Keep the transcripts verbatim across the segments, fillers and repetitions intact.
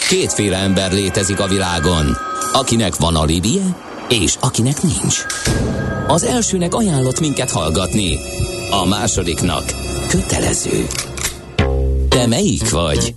Kétféle ember létezik a világon, akinek van alibije, és akinek nincs. Az elsőnek ajánlott minket hallgatni, a másodiknak kötelező. Te melyik vagy?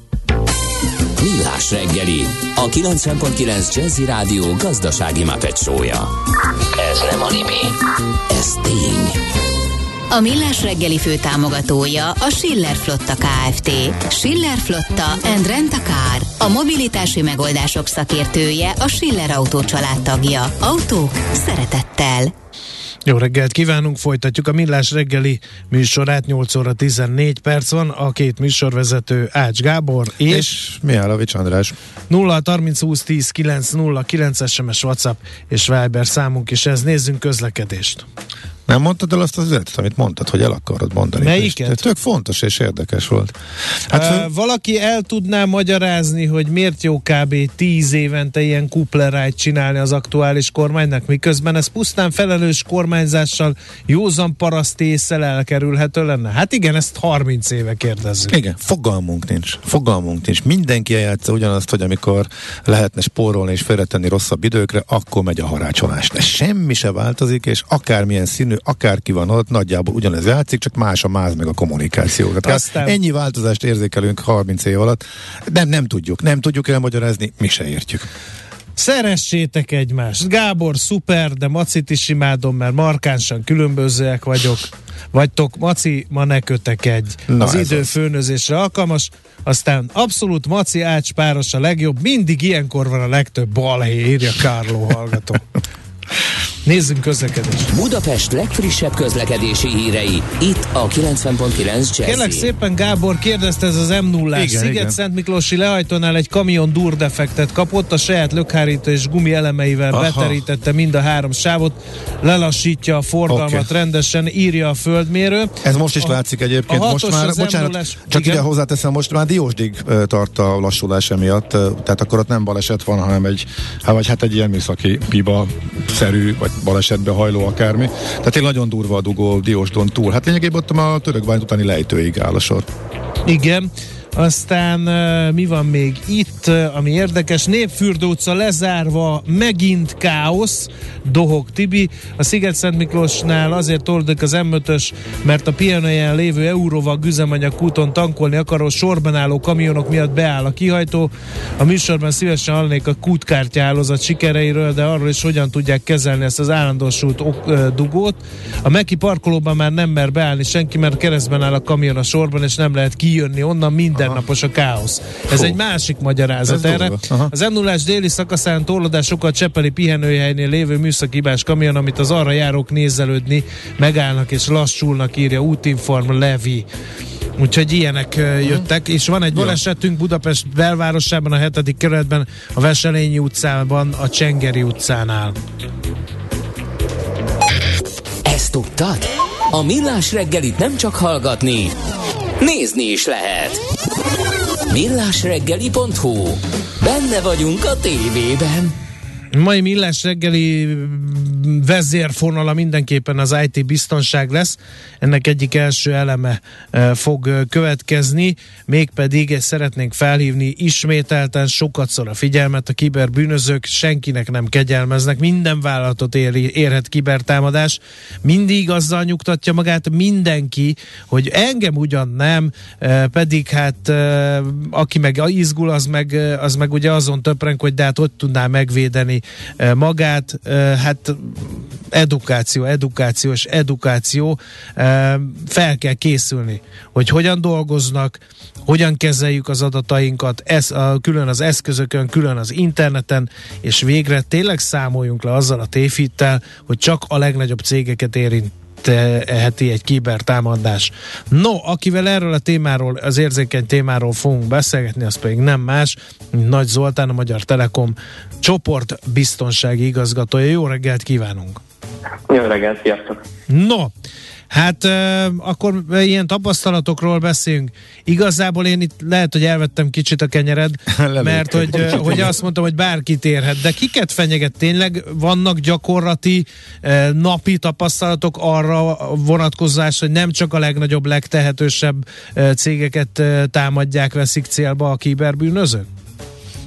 Millás reggeli, a kilencven pont kilenc Jazzy Rádió gazdasági Muppet show-ja. Ez nem anime, ez tény. A Millás reggeli fő támogatója a Schiller Flotta Kft. Schiller Flotta and Rent a Car. A mobilitási megoldások szakértője, a Schiller Autó család tagja. Autók szeretettel. Jó reggelt kívánunk, folytatjuk a Millás reggeli műsorát, nyolc óra tizennégy perc van, a két műsorvezető Ács Gábor és, és Mihálovics András. nulla harminc húsz tíz kilenc nulla kilenc es em es, WhatsApp és Viber számunk is ez. Nézzünk közlekedést. Nem mondtad el azt az üzenetet, amit mondtad, hogy el akarod mondani? Melyiket? Tök fontos és érdekes volt. Hát uh, föl... Valaki el tudná magyarázni, hogy miért jó kb. tíz évente ilyen kuplerájt csinálni az aktuális kormánynak, miközben ez pusztán felelős kormányzással, józan paraszti ésszel elkerülhető lenne? Hát igen, ezt harminc éve kérdezzük. Igen, fogalmunk nincs. Fogalmunk nincs. Mindenki eljátsza ugyanazt, hogy amikor lehetne spórolni és félretenni rosszabb időkre, akkor megy a harácsolás. De semmi se változik, és akármilyen színű, akárki van ott, nagyjából ugyanez játszik, csak más a máz meg a kommunikáció. Aztán... Ennyi változást érzékelünk harminc év alatt, de nem tudjuk, nem tudjuk elmagyarázni, mi se értjük. Szeressétek egymást. Gábor, szuper, de Macit is imádom, mert markánsan különbözőek vagyok. Vagytok, Maci, ma ne kötekedj. Na, az idő az. Főnözésre alkalmas, aztán abszolút Maci Ács páros a legjobb, mindig ilyenkor van a legtöbb balhé, írja Kárló hallgató. Nézzünk közlekedést. Budapest legfrissebb közlekedési hírei, itt a kilencven pont kilenc Jazzy. Kérlek szépen, Gábor, kérdezte ez az em nullás. Sziget-Szentmiklósi lehajtónál egy kamion durdefektet kapott, a saját lökhárító és gumi elemeivel Aha. beterítette mind a három sávot, lelassítja a forgalmat okay. rendesen, írja a földmérő. Ez most is a, látszik egyébként. Most már, bocsánat, csak igen? ide hozzáteszem, most már Diósdig uh, tart a lassulás emiatt, uh, tehát akkor ott nem baleset van, hanem egy, hát, vagy hát egy ilyen műszaki hiba-szerű, vagy balesetbe hajló akármi. Tehát én nagyon durva a dugó Diósdon túl. Hát lényegében ott a Törökvány utáni lejtőig áll a sor. Igen. Aztán uh, mi van még itt, uh, ami érdekes, Népfürdő utca lezárva, megint káosz, Dohog Tibi. A Sziget-Szentmiklósnál azért oldok az em ötös, mert a pihenőhelyen lévő Eurovag üzemanyag kúton tankolni akaró sorban álló kamionok miatt beáll a kihajtó. A műsorban szívesen hallanék a kútkártyahálózat sikereiről, de arról is hogyan tudják kezelni ezt az állandósult ok, uh, dugót. A Meki parkolóban már nem mer beállni senki, mert keresztben áll a kamion a sorban, és nem lehet kijönni onnan, minden napos a káosz. Ez Hú. egy másik magyarázat erre. Az em nullás déli szakaszán torlódás sokkal Csepeli pihenőhelynél lévő műszaki hibás kamion, amit az arra járók nézelődni, megállnak és lassulnak, írja Útinform Levi. Úgyhogy ilyenek uh, jöttek, és van egy balesetünk Budapest belvárosában, a hetedik kerületben, a Veselényi utcában, a Csengeri utcánál. Ezt tudtad? A Millás reggelit nem csak hallgatni, nézni is lehet. millásreggeli pont hu. Benne vagyunk a tévében. Mai Millás reggeli vezérfonala mindenképpen az i té biztonság lesz. Ennek egyik első eleme e, fog következni, mégpedig szeretnénk felhívni ismételten sokatszor a figyelmet, a kiberbűnözők senkinek nem kegyelmeznek, minden vállalatot ér, érhet kibertámadás, mindig azzal nyugtatja magát mindenki, hogy engem ugyan nem, e, pedig hát e, aki meg izgul, az meg, az meg ugye azon töprenk, hogy de hát hogy tudná megvédeni magát, hát edukáció, edukáció és edukáció, fel kell készülni, hogy hogyan dolgoznak, hogyan kezeljük az adatainkat, ez, a, külön az eszközökön, külön az interneten, és végre tényleg számoljunk le azzal a tévhittel, hogy csak a legnagyobb cégeket érint heti egy kibertámadás. No, akivel erről a témáról, az érzékeny témáról fogunk beszélgetni, az pedig nem más, mint Nagy Zoltán, a Magyar Telekom csoport biztonsági igazgatója. Jó reggelt kívánunk! Jó reggelt, sziasztok! No, hát uh, akkor ilyen tapasztalatokról beszélünk. Igazából én itt lehet, hogy elvettem kicsit a kenyered, mert hogy, uh, hogy azt mondtam, hogy bárkit érhet, de kiket fenyeget? Tényleg vannak gyakorlati uh, napi tapasztalatok arra vonatkozás, hogy nem csak a legnagyobb, legtehetősebb uh, cégeket uh, támadják, veszik célba a kiberbűnözők?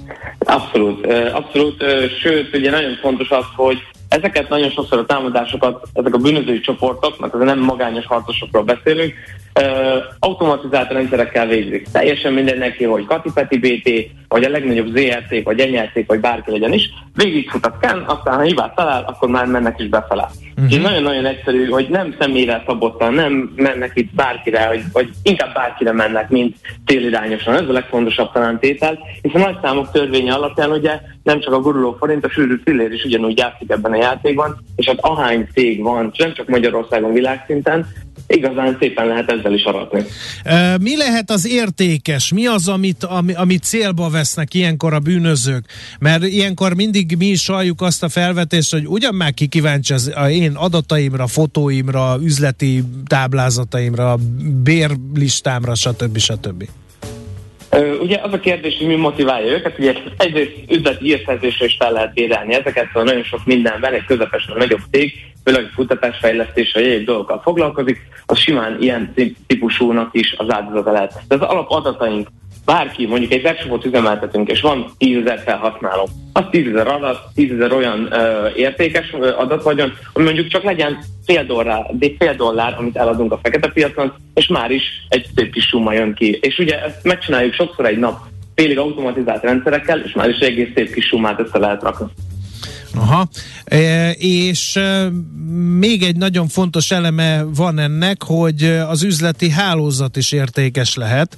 Abszolút, abszolút, sőt, ugye nagyon fontos az, hogy ezeket nagyon sokszor a támadásokat, ezek a bűnözői csoportok, mert nem magányos harcosokról beszélünk, automatizált rendszerekkel végzik. Teljesen minden neki, hogy Kati-Peti bé té, vagy a legnagyobb zé er cég, vagy en el cég, vagy bárki legyen is, végigfut a scan, aztán ha hibát talál, akkor már mennek is befele. Uh-huh. És nagyon-nagyon egyszerű, hogy nem személyre szabottan, nem mennek itt bárkire, vagy, vagy inkább bárkire mennek, mint célirányosan. Ez a legfontosabb talán tétel, hiszen a nagy számok törvénye alapján ugye nem csak a guruló forint, a sűrű fillér is ugyanúgy játszik ebben a játékban, és hát ahány cég van, nem csak Magyarországon, világszinten, igazán szépen lehet ezzel is aratni. Mi lehet az értékes? Mi az, amit, ami, amit célba vesznek ilyenkor a bűnözők? Mert ilyenkor mindig mi is halljuk azt a felvetést, hogy ugyan már ki kíváncsi az én adataimra, fotóimra, üzleti táblázataimra, bérlistámra, stb. stb. Ugye az a kérdés, hogy mi motiválja őket, ugye egyrészt üzleti írszerzésre is fel lehet bérelni ezeket, szóval nagyon sok mindenben, egy közepesen nagyobb cég, főleg kutatásfejlesztéssel, vagy egyéb dolgokkal foglalkozik, az simán ilyen típusúnak is az áldozata lehet. De az alapadataink, bárki, mondjuk egy webshopot üzemeltetünk, és van tízezer felhasználó, az tízezer adat, tízezer olyan ö, értékes ö, adat vagyon, hogy mondjuk csak legyen fél dollár, de fél dollár, amit eladunk a fekete piacon, és már is egy szép kis summa jön ki. És ugye ezt megcsináljuk sokszor egy nap félig automatizált rendszerekkel, és már is egy egész szép kis summát össze lehet rakni. Aha, e, és e, még egy nagyon fontos eleme van ennek, hogy az üzleti hálózat is értékes lehet,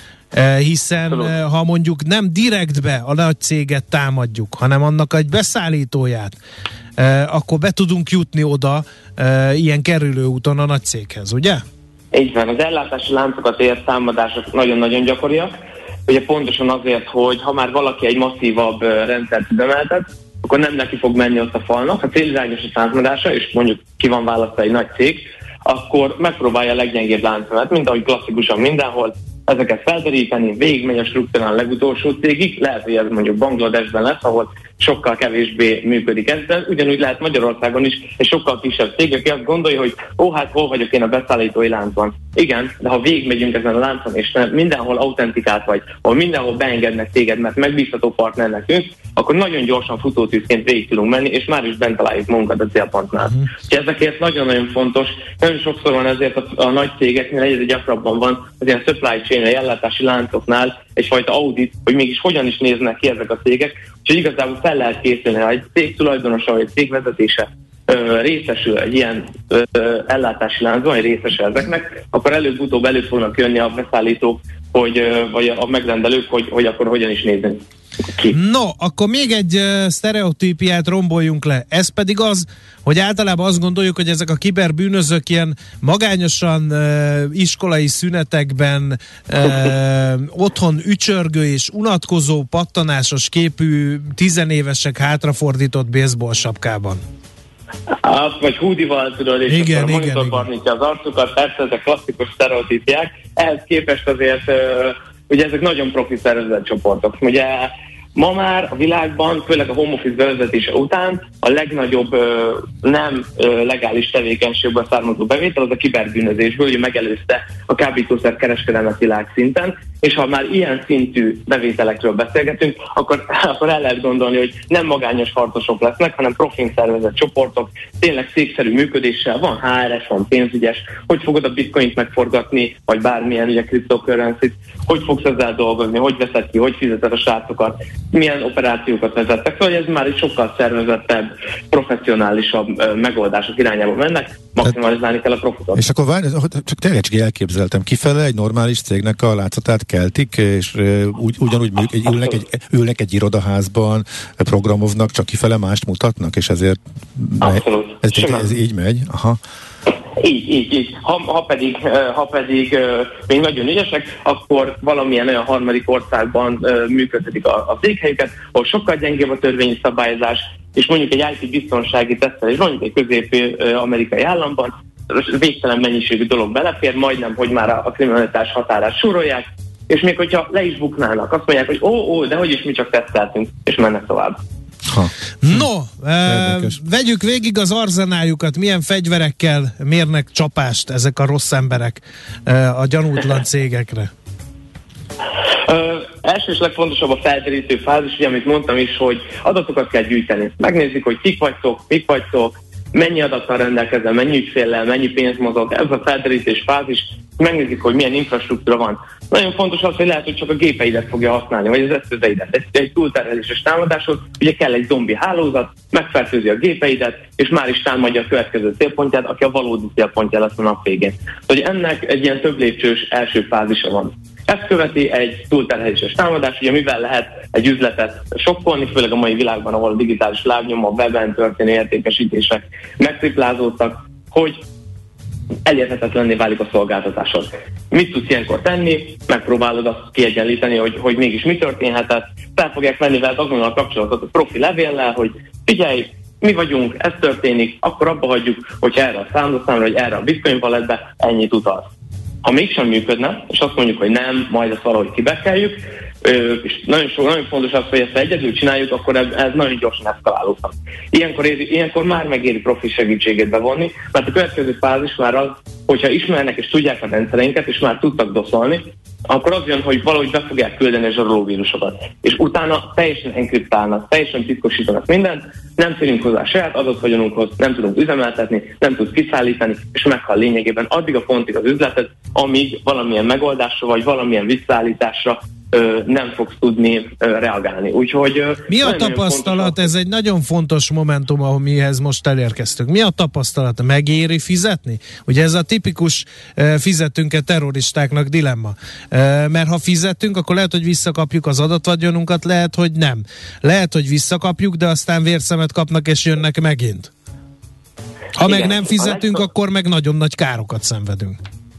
e, hiszen e, ha mondjuk nem direktbe a nagy céget támadjuk, hanem annak egy beszállítóját, e, akkor be tudunk jutni oda e, ilyen kerülő úton a nagy céghez, ugye? Így van, az ellátási láncokat ért támadások nagyon-nagyon gyakoriak, ugye pontosan azért, hogy ha már valaki egy masszívabb rendszert üzemeltet, akkor nem neki fog menni ott a falnak. Ha célirányos a támadása, és mondjuk ki van választva egy nagy cég, akkor megpróbálja a leggyengébb láncomat, mint ahogy klasszikusan mindenhol, ezeket felderíteni, végigmegy a struktúrán a legutolsó cégig, lehet, hogy ez mondjuk Bangladesben lesz, ahol sokkal kevésbé működik ez, de ugyanúgy lehet Magyarországon is egy sokkal kisebb cég, aki azt gondolja, hogy ó, hát hol vagyok én a beszállítói láncban. Igen, de ha végigmegyünk ezen a láncon, és mindenhol autentikát vagy, ahol mindenhol beengednek téged, mert megbízható partnernek tűnsz, akkor nagyon gyorsan futótűzként végig tudunk menni, és már is bent találjuk magunkat a célpontnál. Uh-huh. Ezekért nagyon-nagyon fontos, nagyon sokszor van ezért a, a nagy cégeknél, egyre gyakrabban van az ilyen supply chain, ellátási láncoknál egyfajta audit, hogy mégis hogyan is néznek ki ezek a cégek, úgyhogy igazából fel lehet készülni, ha egy cég tulajdonosa vagy egy cég vezetése ö, részesül egy ilyen ö, ellátási láncban, vagy részesül ezeknek, akkor előbb-utóbb elő fognak jönni a beszállítók, hogy, ö, vagy a megrendelők, hogy, hogy akkor hogyan is nézünk ki. No, akkor még egy uh, sztereotípiát romboljunk le. Ez pedig az, hogy általában azt gondoljuk, hogy ezek a kiberbűnözők ilyen magányosan uh, iskolai szünetekben uh, otthon ücsörgő és unatkozó, pattanásos képű tizenévesek hátrafordított baseball sapkában. Azt vagy húdival tudod, és igen, akkor a igen, monitor barnítja az arcukat, persze ezek klasszikus sztereotípiák. Ehhez képest azért uh, ugye ezek nagyon profi szervezett csoportok. Ugye ma már a világban, főleg a home office bevezetése után a legnagyobb ö, nem ö, legális tevékenységből származó bevétel az a kiberbűnözésből, hogy megelőzte a kábítószer kereskedelmet világszinten, és ha már ilyen szintű bevételekről beszélgetünk, akkor, akkor el lehet gondolni, hogy nem magányos harcosok lesznek, hanem profin szervezett csoportok, tényleg székszerű működéssel, van há er es, van pénzügyes, hogy fogod a bitcoint megforgatni, vagy bármilyen ugye cryptocurrency-t, hogy fogsz ezzel dolgozni, hogy veszed ki, hogy fizeted a srácokat, milyen operációkat vezettek, szóval ez már egy sokkal szervezettebb, professzionálisabb ö, megoldások irányába mennek, maximalizálni kell a profitot. És akkor várj, csak tényleg csak elképzeltem, kifele egy normális cégnek a látszatát keltik, és úgy, ugyanúgy műk, ülnek, egy, ülnek egy irodaházban, programoznak, csak kifele mást mutatnak, és ezért Abszolút. Ez, ez, ez így megy? Aha. Így, így, így. Ha, ha pedig, ha pedig uh, még nagyon ügyesek, akkor valamilyen olyan harmadik országban uh, működtetik a, a székhelyüket, ahol sokkal gyengébb a törvényi szabályozás, és mondjuk egy i té biztonsági tesztelés, mondjuk egy közép-amerikai államban, végtelen mennyiségű dolog belefér, majdnem, hogy már a, a kriminalitás határát súrolják, és még hogyha le is buknának, azt mondják, hogy ó, ó, de hogy is mi csak teszteltünk, és mennek tovább. Ha. No, e, vegyük végig az arzenáljukat, milyen fegyverekkel mérnek csapást ezek a rossz emberek e, a gyanútlan cégekre. Ö, első és legfontosabb a felderítő fázis, ugye, amit mondtam is, hogy adatokat kell gyűjteni. Megnézzük, hogy kik vagytok, mik vagytok, mennyi adattal rendelkezem, mennyi ügyféllel, mennyi pénz mozog, ez a felderítés fázis, megnézzük, hogy milyen infrastruktúra van. Nagyon fontos az, hogy lehet, hogy csak a gépeidet fogja használni, vagy az eszközeidet. Egy, egy túlterheléses támadáshoz ugye kell egy zombi hálózat, megfertőzi a gépeidet, és már is támadja a következő célpontját, aki a valódi célpontja lesz a nap végén. Hogy ennek egy ilyen több lépcsős első fázisa van. Ezt követi egy túlterheléses támadás, ugye mivel lehet egy üzletet sokkolni, főleg a mai világban, ahol a digitális lábnyom, a weben történő értékesítések megtriplázódtak, hogy elérhetetlenné válik a szolgáltatásod. Mit tudsz ilyenkor tenni? Megpróbálod azt kiegyenlíteni, hogy, hogy mégis mi történhetett. Fel fogják venni veled azonnal a kapcsolatot a profi levéllel, hogy figyelj, mi vagyunk, ez történik, akkor abba hagyjuk, hogy erre a számlaszámra, vagy erre a bitcoin walletbe ennyit utalsz. Ha mégsem működne, és azt mondjuk, hogy nem, majd ezt valahogy kibekkeljük, és nagyon, so, nagyon fontos az, hogy ezt egyedül csináljuk, akkor ez, ez nagyon gyorsan eszkalálódhat. Ilyenkor, éri, ilyenkor már megéri profi segítséget bevonni, mert a következő fázis már az, hogyha ismernek és tudják a rendszereinket, és már tudtak doszolni, akkor az jön, hogy valahogy be fogják küldeni a zsarolóvírusokat. És utána teljesen enkriptálnak, teljesen titkosítanak mindent, nem férünk hozzá a saját adatvagyonunkhoz, nem tudunk üzemeltetni, nem tudsz kiszállítani, és meghal lényegében addig a pontig az üzletet, amíg valamilyen megoldásra, vagy valamilyen visszaállításra ö, nem fogsz tudni ö, reagálni. Úgyhogy, ö, mi a tapasztalat? Ez egy nagyon fontos momentum, amihez most elérkeztünk. Mi a tapasztalat? Megéri fizetni? Ugye ez a tipikus uh, fizetünk-e terroristáknak dilemma. Uh, mert ha fizetünk, akkor lehet, hogy visszakapjuk az adatvagyonunkat, lehet, hogy nem. Lehet, hogy visszakapjuk, de aztán vérszemet kapnak és jönnek megint. Ha Igen, meg nem fizetünk, legtöbb... akkor meg nagyon nagy károkat szenvedünk.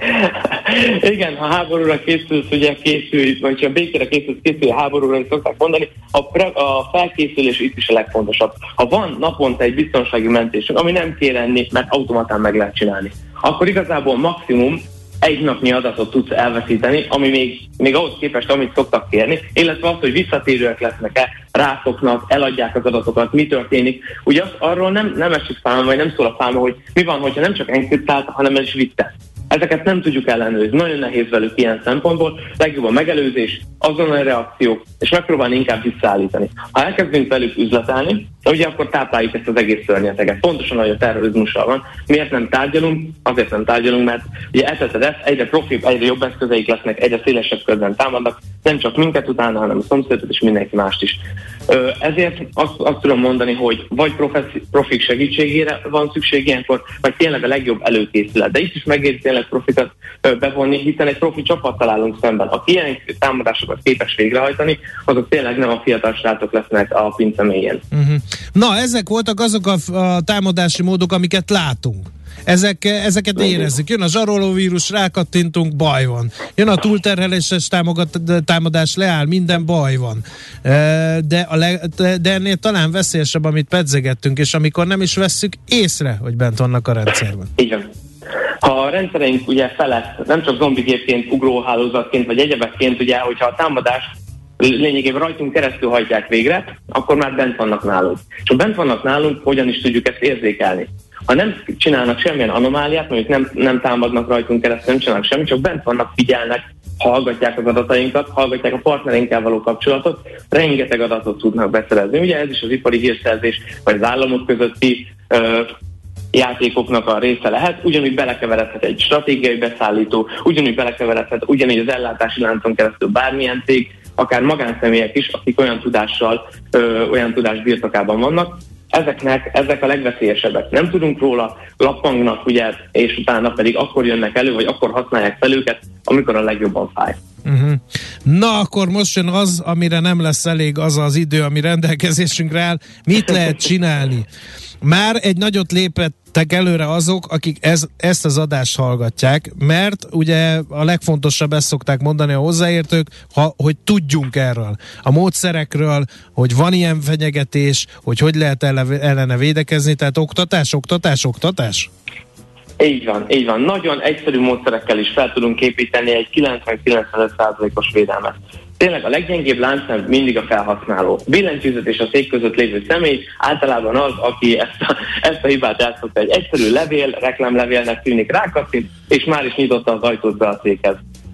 Igen, ha háborúra készülsz, ugye készülj, vagy ha békére készülsz, készülj a háborúra, hogy szokták mondani, a, pre, a felkészülés itt is a legfontosabb. Ha van naponta egy biztonsági mentésünk, ami nem kér enni, mert automatán meg lehet csinálni, akkor igazából maximum egy napnyi adatot tudsz elveszíteni, ami még, még ahhoz képest, amit szoktak kérni, illetve az, hogy visszatérőek lesznek-e, rászoknak, eladják az adatokat, mi történik. Ugye az, arról nem, nem esik fáma, vagy nem szól a fáma, hogy mi van, hogyha nem csak enkriptált, hanem el is vitte. Ezeket nem tudjuk ellenőrizni, nagyon nehéz velük ilyen szempontból, legjobb a megelőzés, azonnal reakciók, és megpróbálni inkább visszaállítani. Ha elkezdünk velük üzletelni, ugye akkor tápláljuk ezt az egész szörnyeteget. Pontosan, ahogy a terrorizmussal van. Miért nem tárgyalunk? Azért nem tárgyalunk, mert ugye eteted ezt, egyre profibb, egyre jobb eszközeik lesznek, egyre szélesebb körben támadnak, nem csak minket utána, hanem a szomszédot és mindenki mást is. Ö, ezért azt, azt tudom mondani, hogy vagy profik segítségére van szükség ilyenkor, vagy tényleg a legjobb előkészület. De itt is megéri tényleg profikat ö, bevonni, hiszen egy profi csapattal állunk szemben. Aki ilyen támadásokat képes végrehajtani, azok tényleg nem a fiatal srácok lesznek a pince mélyén. Uh-huh. Na, ezek voltak azok a, a támadási módok, amiket látunk. Ezek, ezeket érezzük. Jön a zsarolóvírus, rákattintunk, baj van. Jön a túlterheléses támadás, leáll, minden baj van. De, a le, de ennél talán veszélyesebb, amit pedzegettünk, és amikor nem is vesszük észre, hogy bent vannak a rendszerben. Igen. Ha a rendszereink ugye felett, nem csak zombigépként, ugróhálózatként, vagy egyebekként, ugye, hogyha a támadást lényegében rajtunk keresztül hajtják végre, akkor már bent vannak nálunk. És ha bent vannak nálunk, hogyan is tudjuk ezt érzékelni? Ha nem csinálnak semmilyen anomáliát, mondjuk nem, nem támadnak rajtunk keresztül, nem csinálnak semmit, csak bent vannak, figyelnek, hallgatják az adatainkat, hallgatják a partnereinkkel való kapcsolatot, rengeteg adatot tudnak beszerezni. Ugye ez is az ipari hírszerzés, vagy az államok közötti ö, játékoknak a része lehet, ugyanúgy belekeveredhet egy stratégiai beszállító, ugyanúgy belekeveredhet ugyanúgy az ellátási láncon keresztül bármilyen cég, akár magánszemélyek is, akik olyan tudással, ö, olyan tudás birtokában vannak. Ezeknek, ezek a legveszélyesebbek. Nem tudunk róla, lappangnak, ugye, és utána pedig akkor jönnek elő, vagy akkor használják fel őket, amikor a legjobban fáj. Uh-huh. Na, akkor most jön az, amire nem lesz elég az az idő, ami rendelkezésünkre áll. Mit lehet csinálni? Már egy nagyot lépettek előre azok, akik ez, ezt az adást hallgatják, mert ugye a legfontosabb, ezt szokták mondani a hozzáértők, ha, hogy tudjunk erről, a módszerekről, hogy van ilyen fenyegetés, hogy hogy lehet ellene védekezni, tehát oktatás, oktatás, oktatás? Így van, így van. Nagyon egyszerű módszerekkel is fel tudunk építeni egy kilencven-kilencvenöt százalékos védelmet. Tényleg a leggyengébb láncszem mindig a felhasználó. Billentyűzet és a szék között lévő személy általában az, aki ezt a, ezt a hibát elszokta. Egy egyszerű levél, reklámlevélnek tűnik, rákattint, és már is nyitotta az ajtót be a céghez.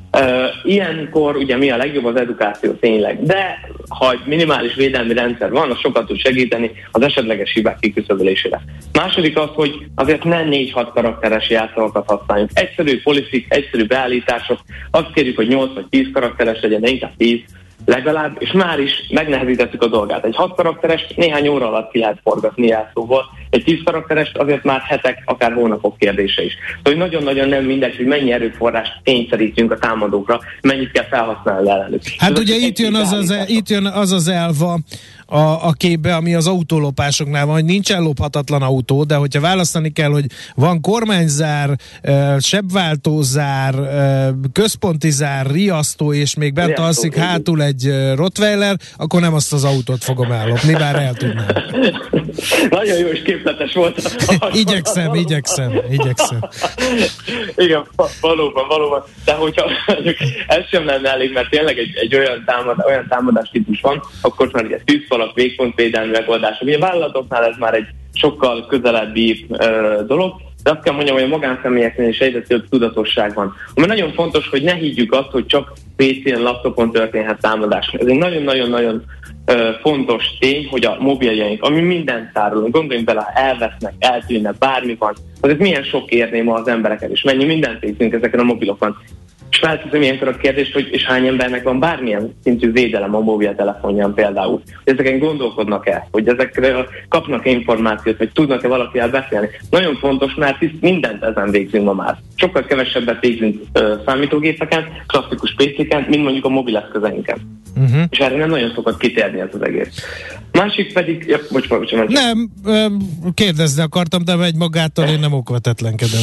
Uh, ilyenkor ugye mi a legjobb? Az edukáció tényleg, de ha egy minimális védelmi rendszer van, az sokat tud segíteni az esetleges hibák kiküszöbölésére. Második az, hogy azért nem négy-hat karakteres játszókat használjunk. Egyszerű policy, egyszerű beállítások, azt kérjük, hogy nyolc vagy tíz karakteres legyen, de inkább tíz legalább, és már is megnehezítettük a dolgát. Egy hat karakteres néhány óra alatt ki lehet forgatni játszóval, egy tíz karakteres azért már hetek, akár hónapok kérdése is. Szóval nagyon-nagyon nem mindegy, hogy mennyi erőforrást kényszerítünk a támadókra, mennyit kell felhasználni ellenük. Hát ez ugye itt jön, az az, itt jön az az elva a, a képbe, ami az autólopásoknál van, hogy nincs ellophatatlan autó, de hogyha választani kell, hogy van kormányzár, sebváltózár, központi zár, riasztó, és még bent riasztó, alszik így. Hátul egy rottweiler, akkor nem azt az autót fogom ellopni, bár el tudnám. Nagyon jó és képletes volt. igyekszem, igyekszem, igyekszem. Igen, valóban, valóban. De hogyha ez sem lenne elég, mert tényleg egy, egy olyan, támad, olyan támadás típus van, akkor már ugye tűzfalak, végpontvédelmi megoldások. Ugye a vállalatoknál ez már egy sokkal közelebbi ö, dolog, de azt kell mondjam, hogy a magánszemélyeknél is egyre több tudatosság van. Ami nagyon fontos, hogy ne higgyük azt, hogy csak pé cén, laptopon történhet támadás. Ez egy nagyon-nagyon-nagyon ö, fontos tény, hogy a mobiljaink, ami mindent tárolunk, gondoljunk bele, ha elvesznek, eltűnnek, bármi van, azért milyen sok érné ma az embereket, és mennyi mindent végzünk ezeken a mobilokon. És felteszem ilyenkor a kérdést, hogy és hány embernek van bármilyen szintű védelem a mobiltelefonján például. Hogy ezeken gondolkodnak-e, hogy ezekre kapnak-e információt, vagy tudnak-e valakivel beszélni. Nagyon fontos, mert mindent ezen végzünk ma már. Sokkal kevesebbet végzünk ö, számítógépeken, klasszikus pé céken, mint mondjuk a mobileszközeinken. Uh-huh. És erre nem nagyon szokott kitérni ez az egész. Másik pedig... Ja, bocs, bocs, bocs, nem, kérdezni akartam, de egy magától én nem okvetetlenkedem.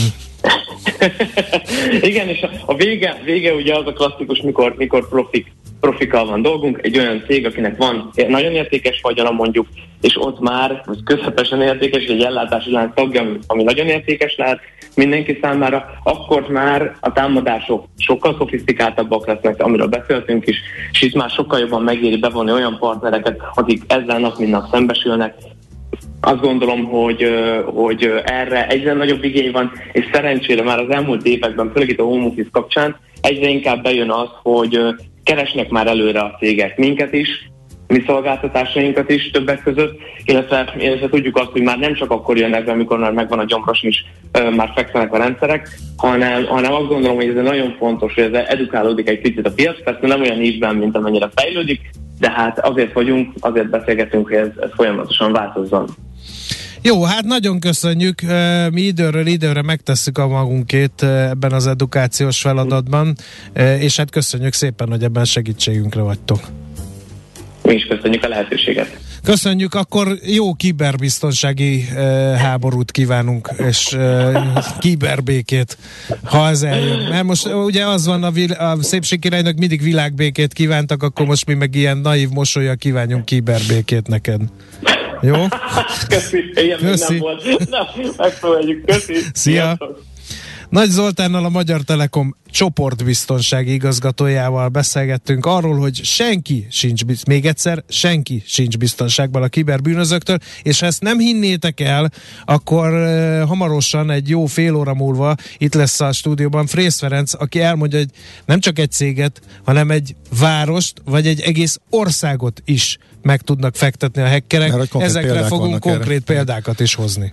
Igen, és a, a vége, vége ugye az a klasszikus, mikor, mikor profik, profikkal van dolgunk, egy olyan cég, akinek van nagyon értékes vagyona mondjuk, és ott már, vagy közepesen értékes, egy ellátási lánc tagja, ami, ami nagyon értékes lehet mindenki számára, akkor már a támadások sokkal szofisztikáltabbak lesznek, amiről beszéltünk is, és itt már sokkal jobban megéri bevonni olyan partnereket, akik ezzel nap mint nap szembesülnek. Azt gondolom, hogy, hogy erre egyre nagyobb igény van, és szerencsére már az elmúlt években, főleg itt a home office kapcsán egyre inkább bejön az, hogy keresnek már előre a cégek minket is, mi szolgáltatásainkat is többek között, illetve, illetve tudjuk azt, hogy már nem csak akkor jönnek be, amikor már megvan a gyomros is, már fekszenek a rendszerek, hanem, hanem azt gondolom, hogy ez nagyon fontos, hogy ez edukálódik egy picit a piac, persze nem olyan évben, mint amennyire fejlődik, de hát azért vagyunk, azért beszélgetünk, hogy ez, ez folyamatosan változzon. Jó, hát nagyon köszönjük, mi időről időre megtesszük a magunkét ebben az edukációs feladatban, és hát köszönjük szépen, hogy ebben segítségünkre vagytok. Mi is köszönjük a lehetőséget. Köszönjük, akkor jó kiberbiztonsági uh, háborút kívánunk, és uh, kiberbékét, ha ez eljön. Mert most ugye az van, a, vil- a szépségkirálynak mindig világbékét kívántak, akkor most mi meg ilyen naív mosollyal kívánjunk kiberbékét neked. Jó? Köszi, ilyen Köszi. Még nem volt. Na, megpróbáljuk. Köszi. Szia! Sziasztok. Nagy Zoltánnal, a Magyar Telekom csoportbiztonsági igazgatójával beszélgettünk arról, hogy senki sincs, még egyszer, senki sincs biztonságban a kiberbűnözőktől, és ha ezt nem hinnétek el, akkor uh, hamarosan, egy jó fél óra múlva itt lesz a stúdióban Frész Ferenc, aki elmondja, hogy nem csak egy céget, hanem egy várost, vagy egy egész országot is meg tudnak fektetni a hackerek. Ezekre fogunk konkrét erre. példákat is hozni.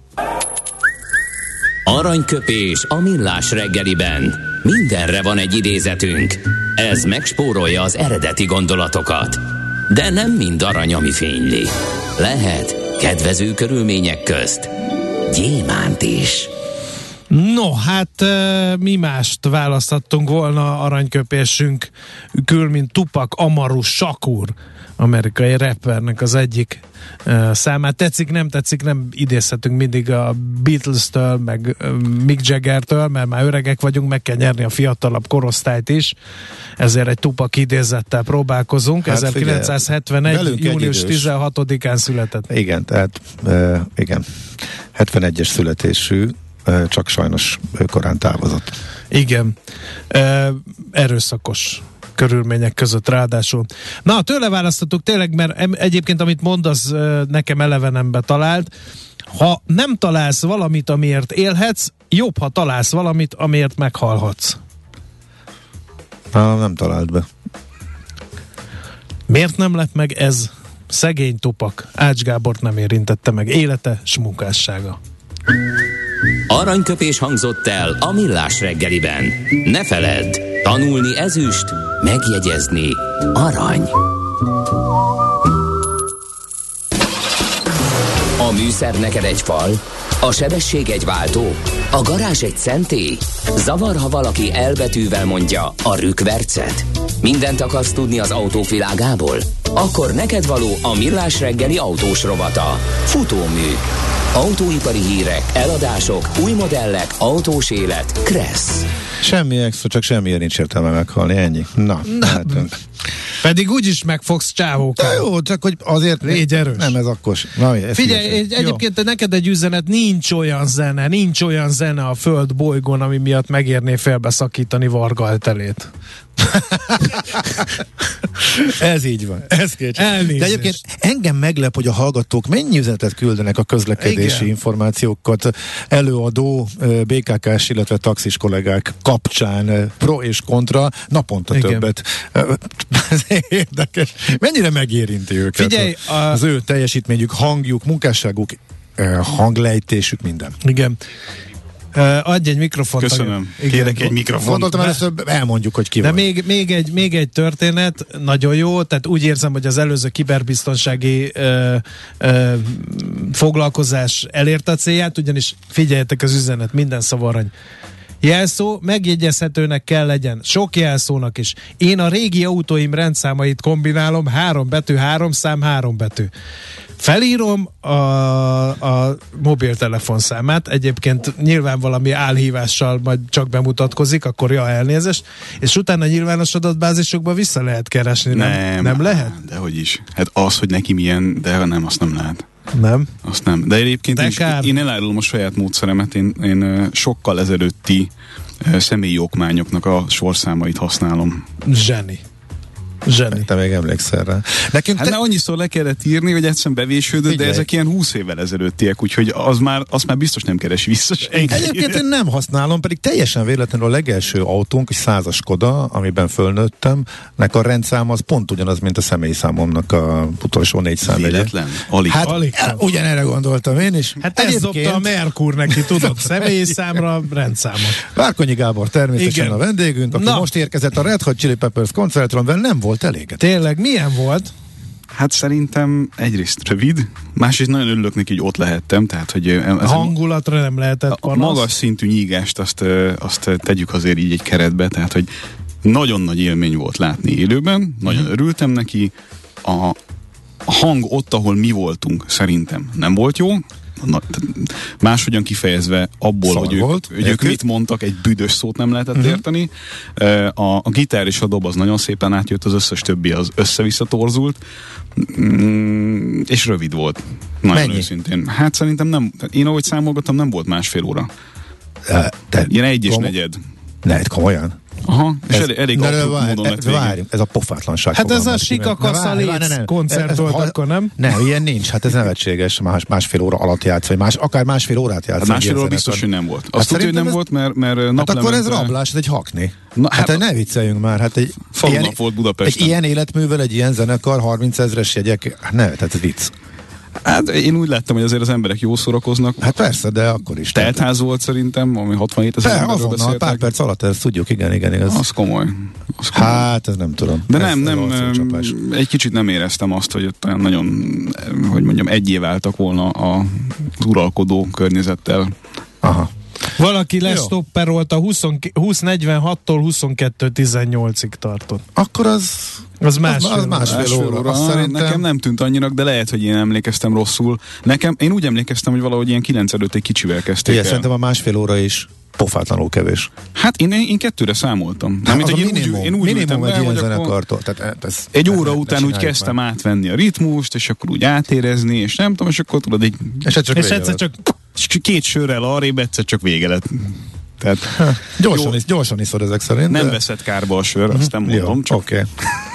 Aranyköpés a millás reggeliben. Mindenre van egy idézetünk. Ez megspórolja az eredeti gondolatokat. De nem mind arany, ami fényli. Lehet kedvező körülmények közt gyémánt is. No, hát mi mást választhattunk volna aranyköpésünk kül, mint Tupac Amaru Shakur, amerikai rappernek az egyik uh, számát. Tetszik, nem tetszik, nem idézhetünk mindig a Beatles-től, meg uh, Mick Jagger-től, mert már öregek vagyunk, meg kell nyerni a fiatalabb korosztályt is, ezért egy Tupac idézettel próbálkozunk. Hát ezerkilencszázhetvenegy. június tizenhatodikán született. Igen, tehát uh, igen, hetvenegyes születésű, uh, csak sajnos korán távozott. Igen, uh, erőszakos körülmények között ráadásul. Na, tőle választottuk tényleg, mert egyébként amit mond, az nekem elevenembe talált. Ha nem találsz valamit, amiért élhetsz, jobb, ha találsz valamit, amiért meghalhatsz. Ah, nem talált be. Miért nem lett meg ez? Szegény topak. Ács Gábort nem érintette meg. Élete s munkássága. Aranyköpés hangzott el a Millás reggeliben. Ne feledd, tanulni ezüst, megjegyezni arany. A műszer neked egy fal, a sebesség egy váltó, a garázs egy szentély. Zavar, ha valaki elbetűvel mondja a rükvercet. Mindent akarsz tudni az autók világából? Akkor neked való a Millás reggeli autós rovata. Futómű. Autóipari hírek, eladások, új modellek, autós élet. Kressz. Semmi extra, csak semmiért nincs értelme meghalni, ennyi. Na, Na pedig úgyis meg fogsz csávókálni. Jó, csak hogy azért légy erős. Nem, ez akkor. Na, ez figyelj, egy, egyébként jó. Neked egy üzenet, nincs olyan zene, nincs olyan zene a föld bolygón, ami miatt megérné félbeszakítani Varga Etelét. Ez így van. Ez Elnézést. De egyébként engem meglep, hogy a hallgatók mennyi üzenetet küldenek a közlekedési Igen. információkat előadó bé ká ká-s, illetve taxis kollégák kapcsán pro és kontra, naponta Igen. többet. Ez érdekes. Mennyire megérinti őket? Figyelj, a, az ő teljesítményük, hangjuk, munkásságuk, hanglejtésük, minden. Igen. Uh, adj egy mikrofont. Köszönöm. Igen. Kérek egy mikrofont. Gondoltam, először elmondjuk, hogy ki De van. még, még, egy, még egy történet, nagyon jó, tehát úgy érzem, hogy az előző kiberbiztonsági uh, uh, foglalkozás elérte a célját, ugyanis figyeljetek az üzenet, minden szava arany. Jelszó megjegyezhetőnek kell legyen, sok jelszónak is. Én a régi autóim rendszámait kombinálom, három betű, három szám, három betű. Felírom a, a mobiltelefonszámát, egyébként nyilván valami álhívással majd csak bemutatkozik, akkor ja, elnézést, és utána nyilvános adatbázisokban vissza lehet keresni, nem? Nem, nem lehet? Dehogy is. Hát az, hogy neki milyen, de nem, azt nem lehet. Nem? Azt nem. De egyébként de is, én elárulom a saját módszeremet, én, én sokkal ezelőtti személyi okmányoknak a sorszámait használom. Zseni. Zseni. Te még emlékszel rá. Nekünk hát te... annyiszor le kellett írni, hogy egyszerűen bevésődött, Figyelj. De ezek ilyen húsz évvel ezelőttiek, úgyhogy az már, azt már biztos nem keres vissza. Egyébként én nem használom, pedig teljesen véletlenül a legelső autónk, egy százas Skoda, amiben fölnőttem, nek a rendszám az pont ugyanaz, mint a személyszámomnak a utolsó négy számjegye. Véletlen? Alig. Hát Alig. Ugyanerre gondoltam én is. Hát ez dobta a Merkur neki, tudod, személyszámra, rendszámot. Várkonyi Gábor természetesen Igen. a vendégünk, aki Na. most érkezett a Red Hot Chili Peppers koncertről, amivel nem volt elég. Tényleg, milyen volt? Hát szerintem egyrészt rövid, másrészt nagyon örülök neki, hogy ott lehettem, tehát hogy ez a hangulatra nem lehetett panasz. A magas szintű nyígást azt, azt tegyük azért így egy keretbe, tehát hogy nagyon nagy élmény volt látni élőben, nagyon örültem neki, a, a hang ott, ahol mi voltunk, szerintem nem volt jó, Na, máshogyan kifejezve abból, hogy, ők, hogy ők mit mondtak, egy büdös szót nem lehetett uh-huh. érteni. A, a gitár és a dob az nagyon szépen átjött, az összes többi az össze-vissza torzult, mm, és rövid volt. Nagyon Mennyi? Őszintén. Hát szerintem nem, én ahogy számolgattam, nem volt másfél óra. Uh, te Ilyen egy és negyed. Ne, komolyan? Aha, és ez, elég, elég abszolút módon lett végén. Ez a pofátlanság. Hát ez a Sikakaszaléc koncert volt, akkor nem? Nem, ilyen nincs, hát ez nevetséges, más, másfél óra alatt játsz, vagy más, akár másfél órát játsz. Hát másfél óra biztos, hogy nem volt. Azt hát tudja, hogy nem ez... volt, mert, mert naplemente... Hát akkor ez rablás, ez egy hakni. Na, hát, hát ne vicceljünk már, hát egy ilyen, volt Budapesten. Egy ilyen életművel, egy ilyen zenekar, harminc ezres jegyek, hát ne, tehát ez vicc. Hát én úgy láttam, hogy azért az emberek jól szórakoznak. Hát persze, de akkor is. Teltház volt szerintem, ami hatvanhét ezer emberről beszéltek. Pár perc alatt, ezt tudjuk, igen, igen, igaz. Az komoly. Az komoly. Hát, ez nem tudom. De nem, nem, egy kicsit nem éreztem azt, hogy ott olyan nagyon, hogy mondjam, egyé váltak volna az uralkodó környezettel. Aha. Valaki lestopperolta húsz negyvenhattól huszonkettő tizennyolcig tartott. Akkor az... Az másfél, az másfél, másfél óra. óra. Azt szerintem... Nekem nem tűnt annyinak, de lehet, hogy én emlékeztem rosszul. Nekem, én úgy emlékeztem, hogy valahogy ilyen kilenc előtt egy kicsivel kezdték Igen, el. Szerintem a másfél óra is pofátlanul kevés. Hát én, én kettőre számoltam. Nem, mint, hogy én minimum, úgy, én úgy minimum egy ilyen zenekartól. Tehát ez, egy óra ne, után úgy kezdtem már átvenni a ritmust, és akkor úgy átérezni, és nem tudom, és akkor tudod, egy... És egyszer csak, és egyszer csak két sörrel arrébb, egyszer csak vége lett. Tehát, gyorsan, is, gyorsan iszod ezek szerint. Nem de... veszett kárba a sör, azt nem mondom. Csak... Okay.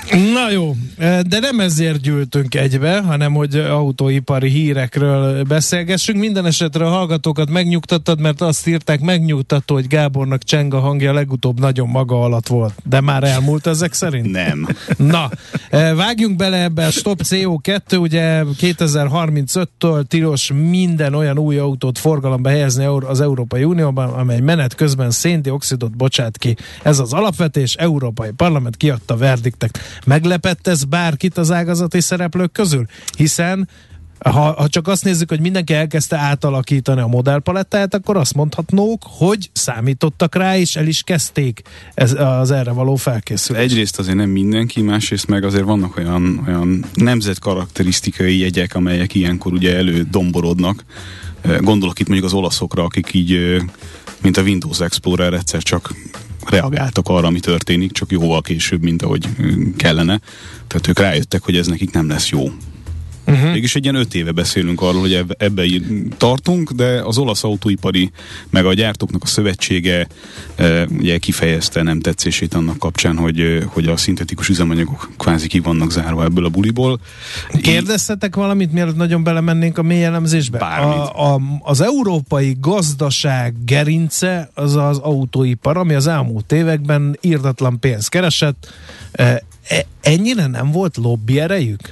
Na jó, de nem ezért gyűltünk egybe, hanem hogy autóipari hírekről beszélgessünk. Minden esetre a hallgatókat megnyugtattad, mert azt írták, megnyugtató, hogy Gábornak cseng a hangja, legutóbb nagyon maga alatt volt. De már elmúlt ezek szerint? Nem. Na, vágjunk bele ebbe a Stop cé o kettő, ugye kétezer-harmincöttől tilos minden olyan új autót forgalomba helyezni az Európai Unióban, amely menet közben széndioxidot bocsát ki. Ez az alapvetés, Európai Parlament kiadta verdiktet. Meglepett ez bárkit az ágazati szereplők közül? Hiszen ha, ha csak azt nézzük, hogy mindenki elkezdte átalakítani a modellpalettáját, akkor azt mondhatnók, hogy számítottak rá, és el is kezdték ez, az erre való felkészülést. Egyrészt azért nem mindenki, másrészt meg azért vannak olyan, olyan nemzetkarakterisztikai jegyek, amelyek ilyenkor ugye elődomborodnak. Gondolok itt mondjuk az olaszokra, akik így, mint a Windows Explorer, egyszer csak reagáltak arra, ami történik, csak jóval később, mint ahogy kellene. Tehát ők rájöttek, hogy ez nekik nem lesz jó. Uh-huh. Mégis egy ilyen öt éve beszélünk arról, hogy ebbe, ebbe tartunk, de az olasz autóipari, meg a gyártóknak a szövetsége e, ugye kifejezte nem tetszését annak kapcsán, hogy, hogy a szintetikus üzemanyagok kvázi ki vannak zárva ebből a buliból. Kérdeztetek valamit, mielőtt nagyon belemennénk a mély elemzésbe? A, a, az európai gazdaság gerince az az autóipar, ami az elmúlt években irdatlan pénzt keresett. E, ennyire nem volt lobby erejük?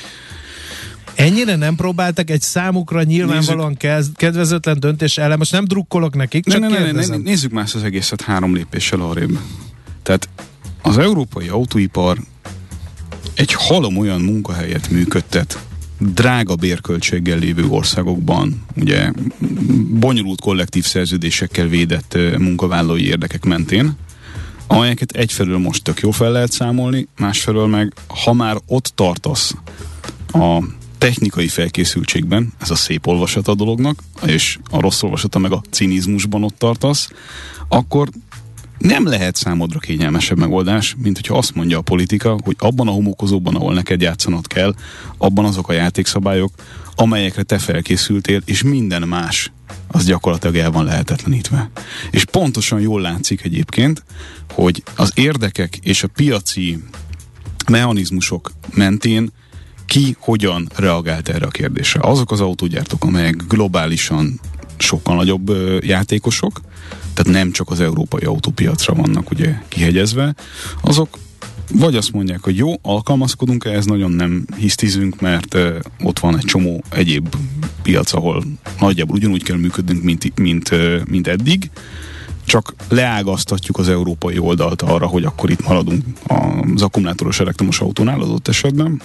Ennyire nem próbáltak egy számukra nyilvánvalóan nézzük, kedvezőtlen döntés ellen? Most nem drukkolok nekik, csak ne, ne, kérdezem. Ne, ne, nézzük már az egészet három lépéssel arrébb. Tehát az európai autóipar egy halom olyan munkahelyet működtet drága bérköltséggel lévő országokban, ugye bonyolult kollektív szerződésekkel védett munkavállalói érdekek mentén, amelyeket egyfelől most tök jó fel lehet számolni, másfelől meg, ha már ott tartasz a technikai felkészültségben, ez a szép olvasat a dolognak, és a rossz olvasata meg a cinizmusban ott tartasz, akkor nem lehet számodra kényelmesebb megoldás, mint hogyha azt mondja a politika, hogy abban a homokozóban, ahol neked játszanod kell, abban azok a játékszabályok, amelyekre te felkészültél, és minden más, az gyakorlatilag el van lehetetlenítve. És pontosan jól látszik egyébként, hogy az érdekek és a piaci mechanizmusok mentén ki hogyan reagált erre a kérdésre. Azok az autógyártók, amelyek globálisan sokkal nagyobb ö, játékosok, tehát nem csak az európai autópiacra vannak ugye kihegyezve, azok vagy azt mondják, hogy jó, alkalmazkodunk ehhez, nagyon nem hisztizünk, mert ö, ott van egy csomó egyéb piac, ahol nagyjából ugyanúgy kell működnünk, mint, mint, ö, mint eddig, csak leágaztatjuk az európai oldalt arra, hogy akkor itt maradunk az akkumulátoros elektromos autónál adott esetben.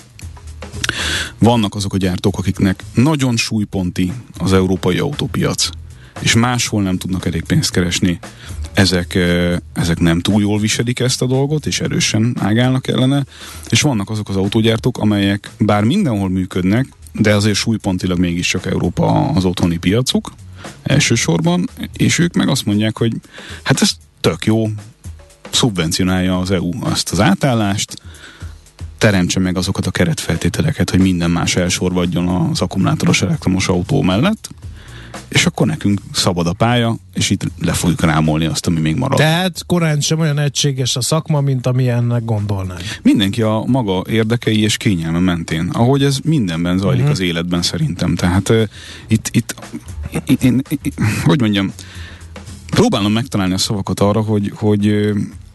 Vannak azok a gyártók, akiknek nagyon súlyponti az európai autópiac, és máshol nem tudnak elég pénzt keresni. Ezek, ezek nem túl jól viselik ezt a dolgot, és erősen ágálnak ellene, és vannak azok az autógyártók, amelyek bár mindenhol működnek, de azért súlypontilag mégiscsak Európa az otthoni piacuk elsősorban, és ők meg azt mondják, hogy hát ez tök jó, szubvencionálja az é u azt az átállást, teremtse meg azokat a keretfeltételeket, hogy minden más elsorvadjon az akkumulátoros elektromos autó mellett, és akkor nekünk szabad a pálya, és itt le fogjuk rámolni azt, ami még marad. Tehát korán sem olyan egységes a szakma, mint amilyennek gondolnánk. Mindenki a maga érdekei és kényelme mentén, ahogy ez mindenben zajlik uh-huh. az életben szerintem. Tehát uh, itt, itt én, én, én, hogy mondjam, próbálom megtalálni a szavakat arra, hogy, hogy uh,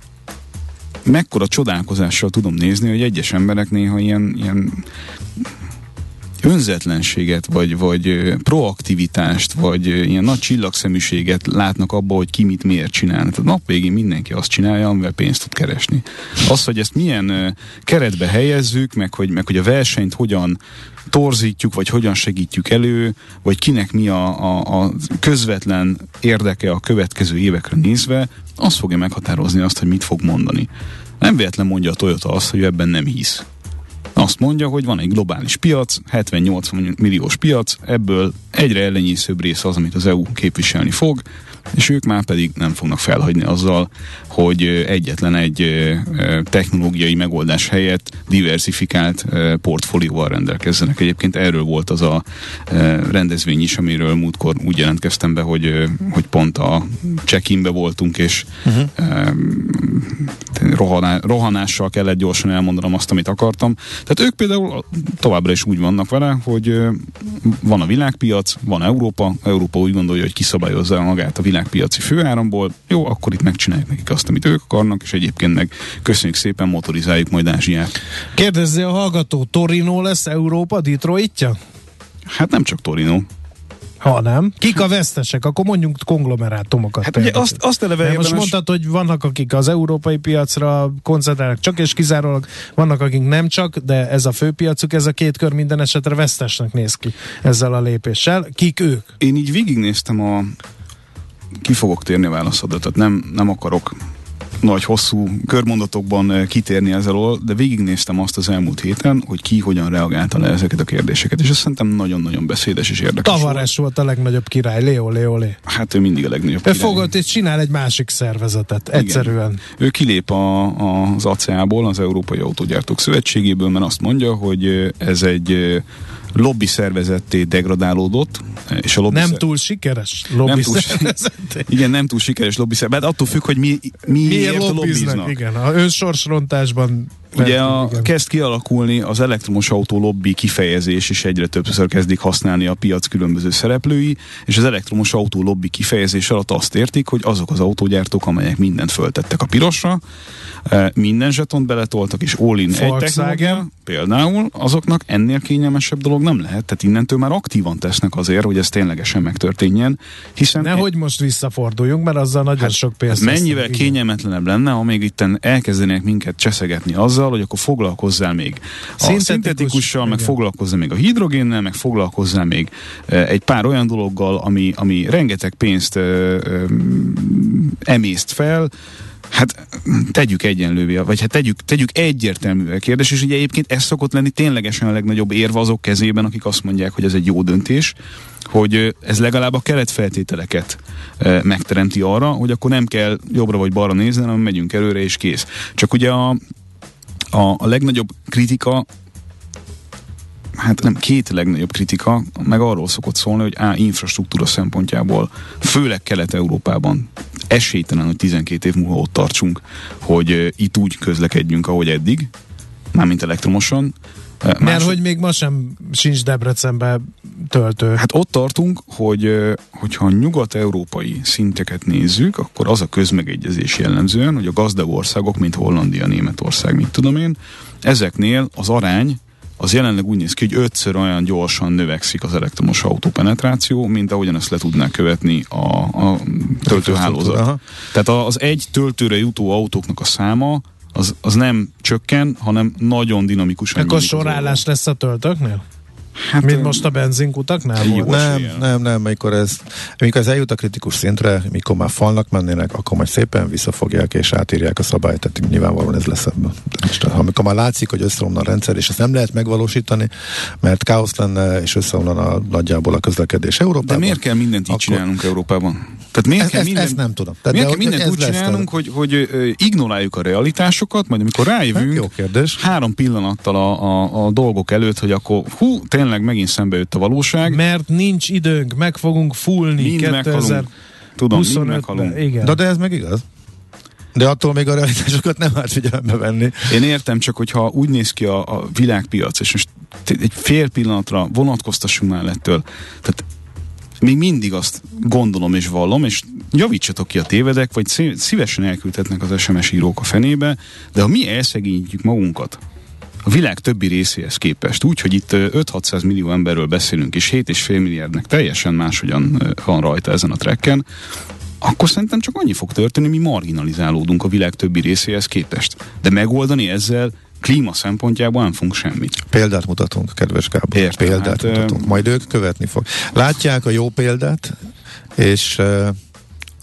mekkora csodálkozással tudom nézni, hogy egyes emberek néha ilyen, ilyen önzetlenséget, vagy, vagy proaktivitást, vagy ilyen nagy csillagszeműséget látnak abba, hogy ki mit miért csinál. Tehát nap végén mindenki azt csinálja, amivel pénzt tud keresni. Az, hogy ezt milyen keretbe helyezzük, meg hogy, meg hogy a versenyt hogyan torzítjuk, vagy hogyan segítjük elő, vagy kinek mi a, a, a közvetlen érdeke a következő évekre nézve, az fogja meghatározni azt, hogy mit fog mondani. Nem véletlen mondja a Toyota azt, hogy ebben nem hisz. Na, azt mondja, hogy van egy globális piac, hetven-nyolcvan milliós piac, ebből egyre ellenyészőbb rész az, amit az é u képviselni fog, és ők már pedig nem fognak felhagyni azzal, hogy egyetlen egy technológiai megoldás helyett diversifikált portfólióval rendelkezzenek. Egyébként erről volt az a rendezvény is, amiről múltkor úgy jelentkeztem be, hogy, hogy pont a check-inbe voltunk, és uh-huh. rohaná, rohanással kellett gyorsan elmondanom azt, amit akartam. Tehát ők például továbbra is úgy vannak vele, hogy van a világpiac, van Európa, Európa úgy gondolja, hogy kiszabályozza magát a világpiaci főáramból, jó, akkor itt megcsináljuk nekik azt, amit ők akarnak, és egyébként meg köszönjük szépen, motorizáljuk majd Ázsiát. Kérdezzi a hallgató, Torino lesz Európa Detroitja? Hát nem csak Torino. Ha nem. Kik a vesztesek? Akkor mondjunk konglomerátumokat. Hát ugye azt, azt eleve érdemes... Most mondtad, hogy vannak, akik az európai piacra koncentrálnak csak és kizárólag, vannak, akik nem csak, de ez a főpiacuk, ez a két kör minden esetre vesztesnek néz ki ezzel a lépéssel. Kik ők? Én így végignéztem a... Ki fogok térni a válaszodat, tehát nem, nem akarok nagy, hosszú körmondatokban kitérni ezzel, de végignéztem azt az elmúlt héten, hogy ki hogyan reagálta le ezeket a kérdéseket, és azt szerintem nagyon-nagyon beszédes és érdekes volt. Tavares volt a legnagyobb király, Leo, Leo, Leo. Hát ő mindig a legnagyobb ő király. Ő fogott és csinál egy másik szervezetet, igen. Egyszerűen. Ő kilép a, a, az á cé á-ból, az Európai Autógyártók Szövetségéből, mert azt mondja, hogy ez egy lobby szervezetté degradálódott, és a lobby nem szer... túl sikeres lobby szervezetté. Igen, nem túl sikeres lobby szervezet, hát attól függ, hogy mi, mi miért lobbiznak. Igen, a önsorsrontásban ugye a, kezd kialakulni az elektromos autó lobby kifejezés, és egyre többször kezdik használni a piac különböző szereplői, és az elektromos autó lobby kifejezés alatt azt értik, hogy azok az autógyártók, amelyek mindent föltettek a pirosra, minden zsetont beletoltak, és all-in egy technológia, például azoknak ennél kényelmesebb dolog nem lehet, tehát innentől már aktívan tesznek azért, hogy ez ténylegesen megtörténjen, hiszen... Nehogy e... most visszaforduljunk, mert azzal nagyon hát, sok pénzt... Hát mennyivel kényelmetlenebb lenne, ha még itten elkezdenék minket cseszegetni azzal, hogy akkor foglalkozzál még a szintetikussal, meg foglalkozzál még a hidrogénnel, meg foglalkozzál még egy pár olyan dologgal, ami, ami rengeteg pénzt ö, ö, emészt fel. Hát tegyük egyenlővé, vagy hát tegyük, tegyük egyértelművel kérdés, és ugye egyébként ez szokott lenni ténylegesen a legnagyobb érv azok kezében, akik azt mondják, hogy ez egy jó döntés, hogy ez legalább a keretfeltételeket e, megteremti arra, hogy akkor nem kell jobbra vagy balra nézni, hanem megyünk előre és kész. Csak ugye a, a, a legnagyobb kritika, hát nem, két legnagyobb kritika, meg arról szokott szólni, hogy á, infrastruktúra szempontjából, főleg Kelet-Európában esélytelen, hogy tizenkét év múlva ott tartsunk, hogy uh, itt úgy közlekedjünk, ahogy eddig, mármint elektromosan. Uh, Mert más... hogy még ma sem sincs Debrecenben töltő. Hát ott tartunk, hogy uh, hogyha nyugat-európai szinteket nézzük, akkor az a közmegegyezés jellemzően, hogy a gazdag országok, mint Hollandia, Németország, mit tudom én, ezeknél az arány az jelenleg úgy néz ki, hogy ötször olyan gyorsan növekszik az elektromos autó penetráció, mint ahogyan ezt le tudná követni a, a töltőhálózat. Tehát az egy töltőre jutó autóknak a száma az, az nem csökken, hanem nagyon dinamikusan. Akkor sorállás lesz a töltőknél? Hát, mint most a benzinkutaknál volt? Nem, nem, nem, amikor ez, amikor ez eljut a kritikus szintre, mikor már falnak mennének, akkor majd szépen visszafogják és átírják a szabályt, tehát nyilvánvalóan ez lesz ebből. Amikor már látszik, hogy összeomlan a rendszer, és ezt nem lehet megvalósítani, mert káosz lenne, és összeomlana nagyjából a közlekedés Európában. De miért kell mindent így akkor... csinálnunk Európában? Tehát miért ezt, kell mindent, ezt nem tudom. Tehát miért de, kell mindent úgy csinálnunk, hogy, hogy ignoráljuk a realitásokat, majd amikor rájövünk jó kérdés. három pillanattal a, a, a dolgok előtt, hogy akkor hú, tényleg megint szembe jött a valóság. Mert nincs időnk, meg fogunk fúlni. Mind meghalunk. Tudom, mind meghalunk. Igen. De, de ez meg igaz. De attól még a realitásokat nem árt figyelembe venni. Én értem, csak hogyha úgy néz ki a, a világpiac, és most egy fél pillanatra vonatkoztassunk már ettől. Tehát még mindig azt gondolom és vallom, és javítsatok ki a tévedek, vagy szívesen elküldhetnek az es em es írók a fenébe, de ha mi elszegényítjük magunkat a világ többi részéhez képest, úgy, hogy itt öt-hatszáz millió emberről beszélünk, és hét egész öt milliárdnek teljesen máshogyan van rajta ezen a trekken, akkor szerintem csak annyi fog történni, mi marginalizálódunk a világ többi részéhez képest. De megoldani ezzel klíma szempontjából nem fogunk semmit. Példát mutatunk, kedves Gábor. Értem, példát hát, mutatunk. Majd ők követni fog. Látják a jó példát, és uh,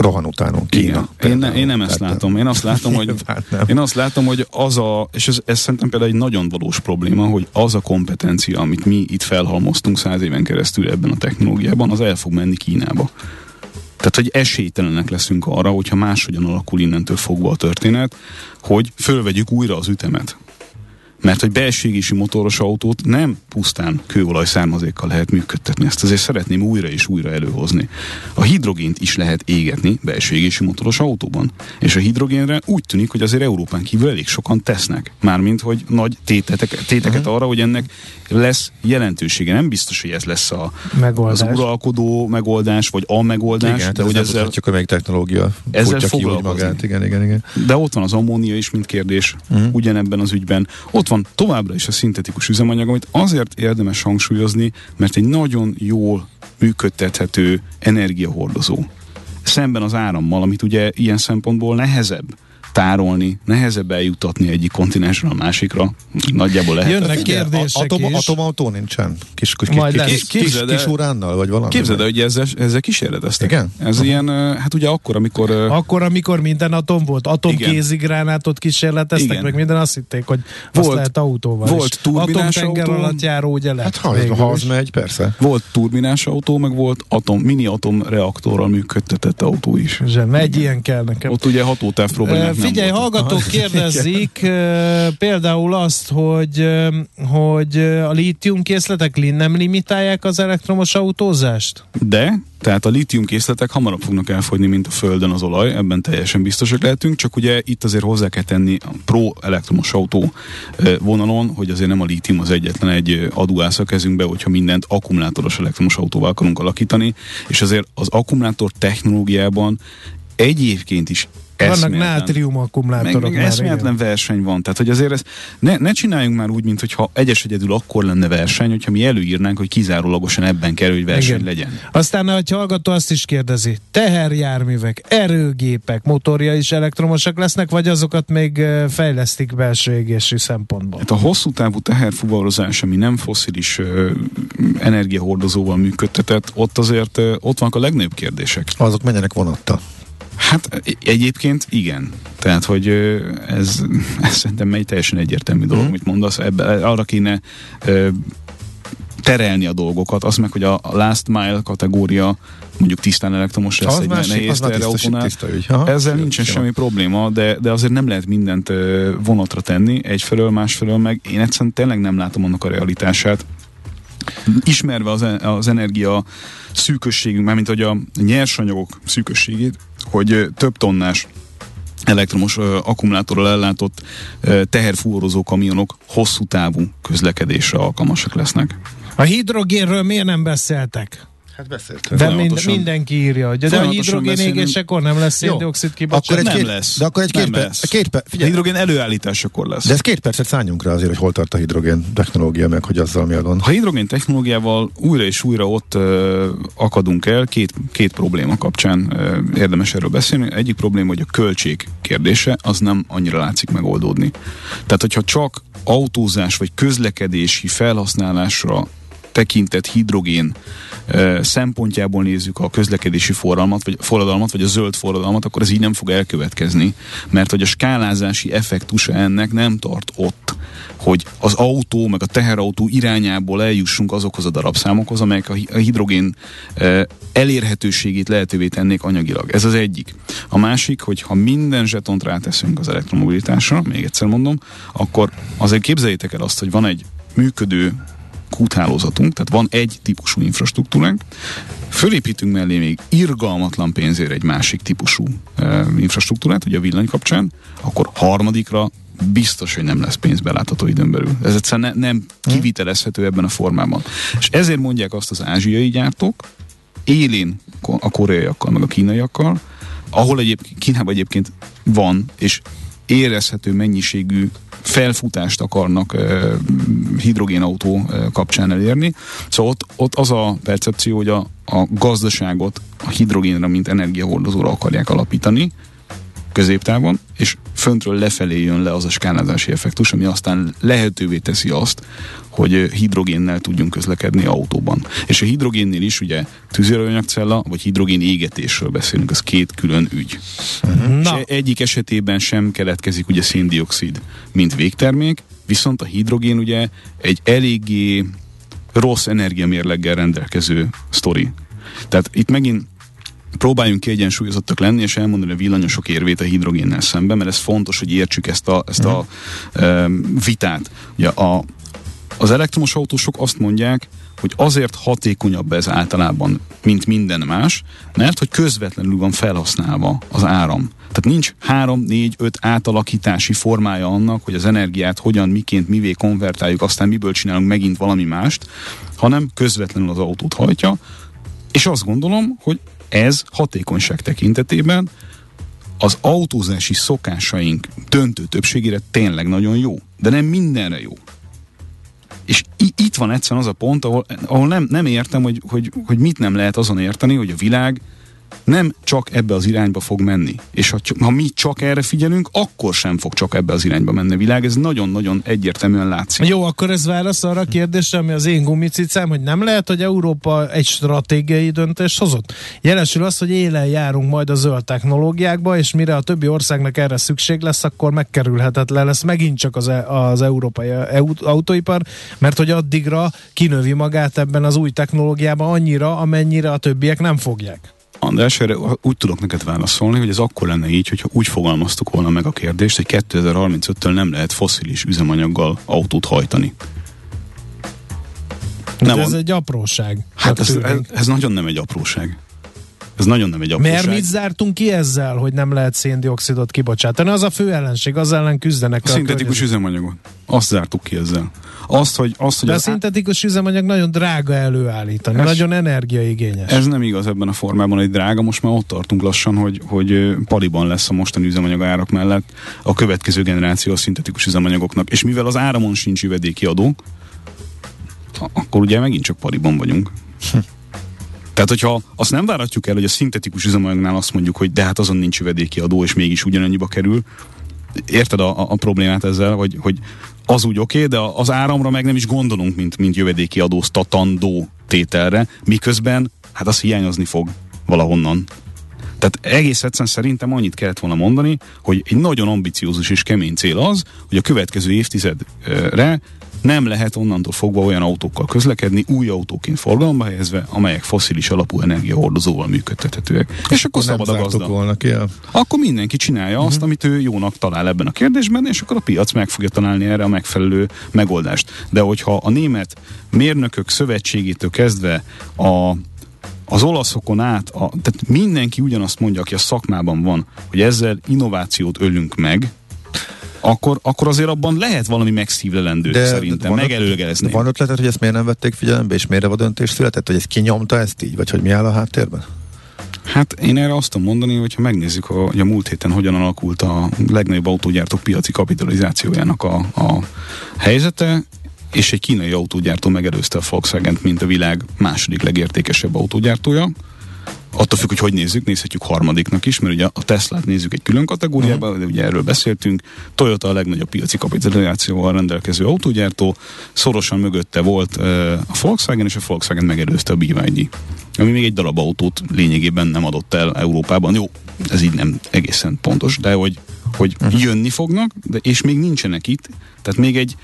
rohan utánunk Kína. Én, ne, én nem ezt Tehát látom. Én azt látom, hogy, én azt látom, hogy az a, és ez, ez szerintem például egy nagyon valós probléma, hogy az a kompetencia, amit mi itt felhalmoztunk száz éven keresztül ebben a technológiában, az el fog menni Kínába. Tehát, hogy esélytelenek leszünk arra, hogyha máshogyan alakul innentől fogva a történet, hogy fölvegyük újra az ütemet. Mert hogy belségési motoros autót nem pusztán kőolaj származékkal lehet működtetni. Ezt azért szeretném újra és újra előhozni. A hidrogént is lehet égetni belségési motoros autóban. És a hidrogénre úgy tűnik, hogy azért Európán kívül elég sokan tesznek. Mármint, hogy nagy tétetek, téteket uh-huh. arra, hogy ennek lesz jelentősége. Nem biztos, hogy ez lesz a, az uralkodó megoldás, vagy a megoldás. Igen, de hogy ezzel tudhatjuk, hogy melyik technológia ezzel futja ki úgy magát. Igen, igen, igen. De ott van az ammónia is, mint kérdés, uh-huh. ugyanebben az ügyben. Ott van továbbra is a szintetikus üzemanyag, amit azért érdemes hangsúlyozni, mert egy nagyon jól működtethető energiahordozó. Szemben az árammal, amit ugye ilyen szempontból nehezebb tárolni, nehezebb eljutatni egyik kontinensről a másikra. Nagyjából lehet. Jönnek kérdések atom, is. Atomautó nincsen? Kis, kis, Majd kis, kis, kis, kis uránnal, vagy valami? Képzeld el, hogy ezzel, ezzel kísérleteztek. Igen? Ez uh-huh. ilyen, hát ugye akkor, amikor... Akkor, amikor minden atom volt. Atomkézigránátot kísérleteztek, igen. meg minden azt hitték, hogy volt, azt lehet autóval volt is. Turbinás Atomtenger autó. alatt járó, ugye Hát lett. ha, ha az megy, persze. Volt turbinás autó, meg volt atom, mini atomreaktorral működtetett autó is. Zsen, egy ilyen kell nekem. Ott ugye hatótáv problémák nem Figyelj, hallgatók kérdezzik uh, például azt, hogy, uh, hogy a lítiumkészletek nem limitálják az elektromos autózást? De, tehát a lítiumkészletek hamarabb fognak elfogyni, mint a Földön az olaj, ebben teljesen biztosak lehetünk, csak ugye itt azért hozzá kell tenni a pro elektromos autó vonalon, hogy azért nem a lítium az egyetlen egy aduász a kezünkbe, hogyha mindent akkumulátoros elektromos autóval akarunk alakítani, és azért az akkumulátor technológiában egyébként is vannak nátrium akkumulátorok. Meg, meg eszméletlen verseny van. Tehát, hogy azért ezt ne, ne csináljunk már úgy, mintha egyes egyedül akkor lenne verseny, hogyha mi előírnánk, hogy kizárólagosan ebben kell, hogy verseny igen. legyen. Aztán, ahogy hallgató azt is kérdezi, teherjárművek, erőgépek, motorja is elektromosak lesznek, vagy azokat még fejlesztik belső égési szempontból? Hát a hosszú távú teherfuvarozás, ami nem fosszilis uh, energiahordozóval működtetett, ott azért uh, ott vannak a legnagyobb kérdések. Azok menjenek vonattal. Hát egyébként igen. Tehát, hogy ez, ez szerintem egy teljesen egyértelmű dolog, mm. amit mondasz. Ebbe, arra kéne ö, terelni a dolgokat. Azt meg, hogy a last mile kategória mondjuk tisztán elektromos lesz egy nehéz terautónál. Ezzel nincsen semmi probléma, de, de azért nem lehet mindent ö, vonatra tenni. Egyfelől, másfelől meg én egyszerűen tényleg nem látom annak a realitását. Ismerve az, az energia szűkösségünk, mármint hogy a nyersanyagok szűkösségét, hogy több tonnás elektromos uh, akkumulátorral ellátott uh, teherfúrozó kamionok hosszú távú közlekedésre alkalmasak lesznek. A hidrogénről miért nem beszéltek? Hát beszéltem. De mind, mindenki írja, hogy de a hidrogén égésekor nem lesz széndioxid kibocsátás. Nem két, lesz. De akkor egy két, per, két per, figyelj, a hidrogén előállításakor lesz. De ez két percet szálljunk rá azért, hogy hol tart a hidrogén technológia, meg hogy azzal mi a gond. A hidrogén technológiával újra és újra ott uh, akadunk el, két, két probléma kapcsán uh, érdemes erről beszélni. Egyik probléma, hogy a költség kérdése, az nem annyira látszik megoldódni. Tehát, hogyha csak autózás vagy közlekedési felhasználásra tekintett hidrogén uh, szempontjából nézzük a közlekedési forradalmat vagy, forradalmat, vagy a zöld forradalmat, akkor ez így nem fog elkövetkezni, mert hogy a skálázási effektusa ennek nem tart ott, hogy az autó, meg a teherautó irányából eljussunk azokhoz a darabszámokhoz, amelyek a hidrogén uh, elérhetőségét lehetővé tennék anyagilag. Ez az egyik. A másik, hogy ha minden zsetont ráteszünk az elektromobilitásra, még egyszer mondom, akkor azért képzeljétek el azt, hogy van egy működő kúthálózatunk, tehát van egy típusú infrastruktúránk, fölépítünk mellé még irgalmatlan pénzért egy másik típusú e, infrastruktúrát, ugye a villany kapcsán, akkor harmadikra biztos, hogy nem lesz pénz belátható időn belül. Ez egyszerűen ne, nem kivitelezhető ebben a formában. És ezért mondják azt az ázsiai gyártók, élén a koreaiakkal, meg a kínaiakkal, ahol egyébként, Kínában egyébként van, és érezhető mennyiségű felfutást akarnak uh, hidrogénautó uh, kapcsán elérni. Szóval ott, ott az a percepció, hogy a, a gazdaságot a hidrogénre, mint energiahordozóra akarják alapítani, középtávon, és föntről lefelé jön le az a skálázási effektus, ami aztán lehetővé teszi azt, hogy hidrogénnel tudjunk közlekedni autóban. És a hidrogénnél is ugye tüzelőanyagcella, vagy hidrogén égetésről beszélünk, az két külön ügy. Uh-huh. És egyik esetében sem keletkezik ugye széndioxid, mint végtermék, viszont a hidrogén ugye egy eléggé rossz energiamérleggel rendelkező sztori. Tehát itt megint próbáljunk kiegyensúlyozottak lenni, és elmondani a villanyosok érvét a hidrogénnel szemben, mert ez fontos, hogy értsük ezt a, ezt a um, vitát. Ugye a, az elektromos autósok azt mondják, hogy azért hatékonyabb ez általában, mint minden más, mert hogy közvetlenül van felhasználva az áram. Tehát nincs három, négy, öt átalakítási formája annak, hogy az energiát hogyan, miként, mivé konvertáljuk, aztán miből csinálunk megint valami mást, hanem közvetlenül az autót hajtja, és azt gondolom, hogy ez hatékonyság tekintetében az autózási szokásaink döntő többségére tényleg nagyon jó, de nem mindenre jó. És i- itt van egyszerűen az a pont, ahol, ahol nem, nem értem, hogy, hogy, hogy mit nem lehet azon érteni, hogy a világ nem csak ebbe az irányba fog menni. És ha, ha mi csak erre figyelünk, akkor sem fog csak ebbe az irányba menni a világ. Ez nagyon-nagyon egyértelműen látszik. Jó, akkor ez válasz arra a kérdésre, ami az én gumicicám, hogy nem lehet, hogy Európa egy stratégiai döntést hozott. Jelesül az, hogy élen járunk majd a zöld technológiákba, és mire a többi országnak erre szükség lesz, akkor megkerülhetetlen lesz megint csak az, az európai autóipar, mert hogy addigra kinövi magát ebben az új technológiában annyira, amennyire a többiek nem fogják. András, erre úgy tudok neked válaszolni, hogy ez akkor lenne így, hogyha úgy fogalmaztuk volna meg a kérdést, hogy kétezer-harmincöttől nem lehet fosszilis üzemanyaggal autót hajtani. Nem ez on... egy apróság. Hát ez, ez, ez nagyon nem egy apróság. Ez nagyon nem egy apróság. Mert mit zártunk ki ezzel, hogy nem lehet széndioxidot kibocsátani? Az a fő ellenség, az ellen küzdenek. A, a szintetikus üzemanyagot. Azt zártuk ki ezzel. Azt, hogy, azt, hogy De a az szintetikus üzemanyag nagyon drága előállítani, ez, nagyon energiaigényes. Ez nem igaz ebben a formában, egy drága, most már ott tartunk lassan, hogy, hogy paliban lesz a mostani üzemanyag árak mellett a következő generáció a szintetikus üzemanyagoknak. És mivel az áramon sincs jövedéki adó, akkor ugye megint csak paliban vagyunk. Hm. Tehát, hogyha azt nem várhatjuk el, hogy a szintetikus üzemanyagnál azt mondjuk, hogy de hát azon nincs jövedéki adó, és mégis ugyanannyiba kerül. Érted a, a, a problémát ezzel, hogy, hogy az úgy oké, okay, de az áramra meg nem is gondolunk, mint, mint jövedéki adóztatandó tételre, miközben hát az hiányozni fog valahonnan. Tehát egész egyszerűen szerintem annyit kellett volna mondani, hogy egy nagyon ambiciózus és kemény cél az, hogy a következő évtizedre nem lehet onnantól fogva olyan autókkal közlekedni, új autóként forgalomba helyezve, amelyek fosszilis alapú energiahordozóval működtethetőek. És, és akkor szabad a gazda. Volna ki el. Akkor mindenki csinálja uh-huh. azt, amit ő jónak talál ebben a kérdésben, és akkor a piac meg fogja találni erre a megfelelő megoldást. De hogyha a német mérnökök szövetségétől kezdve a az olaszokon át, a, tehát mindenki ugyanazt mondja, aki a szakmában van, hogy ezzel innovációt ölünk meg, akkor, akkor azért abban lehet valami megszívlelendő de, szerintem, megelőlegelezni. Van ötleted, hogy ezt miért nem vették figyelembe, és miért a döntés született, hogy ez kinyomta ezt így, vagy hogy mi áll a háttérben? Hát én erre azt tudom mondani, hogyha megnézzük, a, hogy a múlt héten hogyan alakult a legnagyobb autógyártók piaci kapitalizációjának a, a helyzete, és egy kínai autógyártó megelőzte a Volkswagent, mint a világ második legértékesebb autógyártója. Attól függ, hogy hogy nézzük, nézhetjük harmadiknak is, mert ugye a Teslát nézzük egy külön kategóriában, uh-huh. de ugye erről beszéltünk. Toyota a legnagyobb piaci kapitalizációval rendelkező autógyártó, szorosan mögötte volt uh, a Volkswagen, és a Volkswagen megelőzte a bé vé dé, ami még egy darab autót lényegében nem adott el Európában. Jó, ez így nem egészen pontos, de hogy, hogy uh-huh. jönni fognak, de, és még nincsenek itt, tehát még egy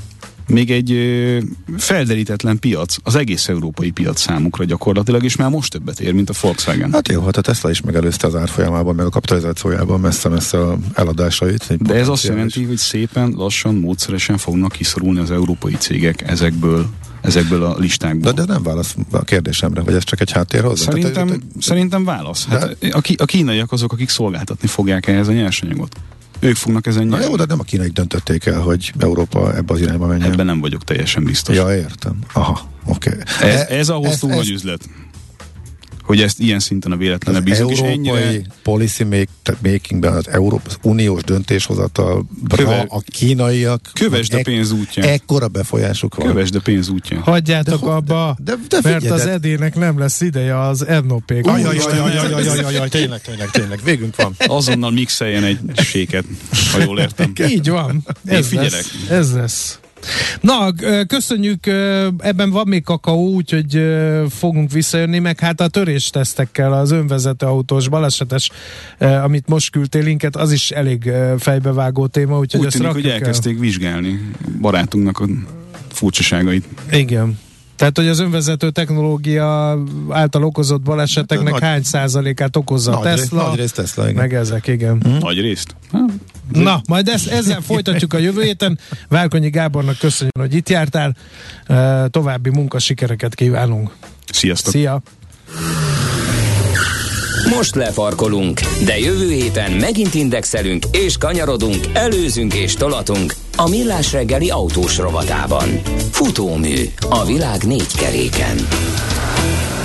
még egy ö, felderítetlen piac, az egész európai piac számukra gyakorlatilag, és már most többet ér, mint a Volkswagen. Hát jó, hát a Tesla is megelőzte az árfolyamában, meg a kapitalizációjában messze-messze a eladásait. De ez azt jelenti, hogy szépen, lassan, módszeresen fognak kiszorulni az európai cégek ezekből, ezekből a listákból. De, de nem válasz a kérdésemre, vagy ez csak egy háttér hozzá? Szerintem, Tehát, szerintem válasz. Hát a, a kínaiak azok, akik szolgáltatni fogják ehhez a nyersanyagot. Ők fognak ezen nyerni. Na jó, de nem a kínaiak döntötték el, hogy Európa ebbe az irányba menjen. Ebben nem vagyok teljesen biztos. Ja, értem. Aha, oké. Okay. Ez, ez a hosszú nagy üzlet. hogy ezt ilyen szinten a véletlenre bízunk. Az európai ennyire... policy make, tehát makingben az, Európa, az uniós döntéshozatalra Köve... a kínaiak kövesd a pénz útján. Ekkora befolyásuk van. Kövesd a pénz útján. Hagyjátok de, abba, de, de, de mert figyelj, az de... edének nem lesz ideje az Ernopék. Ajajajajajajajajajaj, tényleg, tényleg, tényleg, végünk van. Azonnal mixeljen egy séket, ha jól értem. Így van. Ez figyelek. lesz. Ez lesz. Na, köszönjük, ebben van még kakaó, úgyhogy fogunk visszajönni, meg hát a töréstesztekkel, az önvezető autós balesetes, amit most küldtél linket, az is elég fejbevágó téma, úgyhogy úgy ezt tűnik, hogy elkezdték el. vizsgálni barátunknak a furcsaságait. Igen. Tehát, hogy az önvezető technológia által okozott baleseteknek hát, hány nagy, százalékát okozza a Tesla, nagy részt Tesla, igen. meg ezek, igen. Hmm. Nagy részt? Ha. Na, majd ezt, ezzel folytatjuk a jövő héten. Várkonyi Gábornak köszönjük, hogy itt jártál. További munkasikereket kívánunk. Sziasztok! Szia! Most lefarkolunk, de jövő héten megint indexelünk és kanyarodunk, előzünk és tolatunk a Millás reggeli autós rovatában. Futómű a világ négy keréken.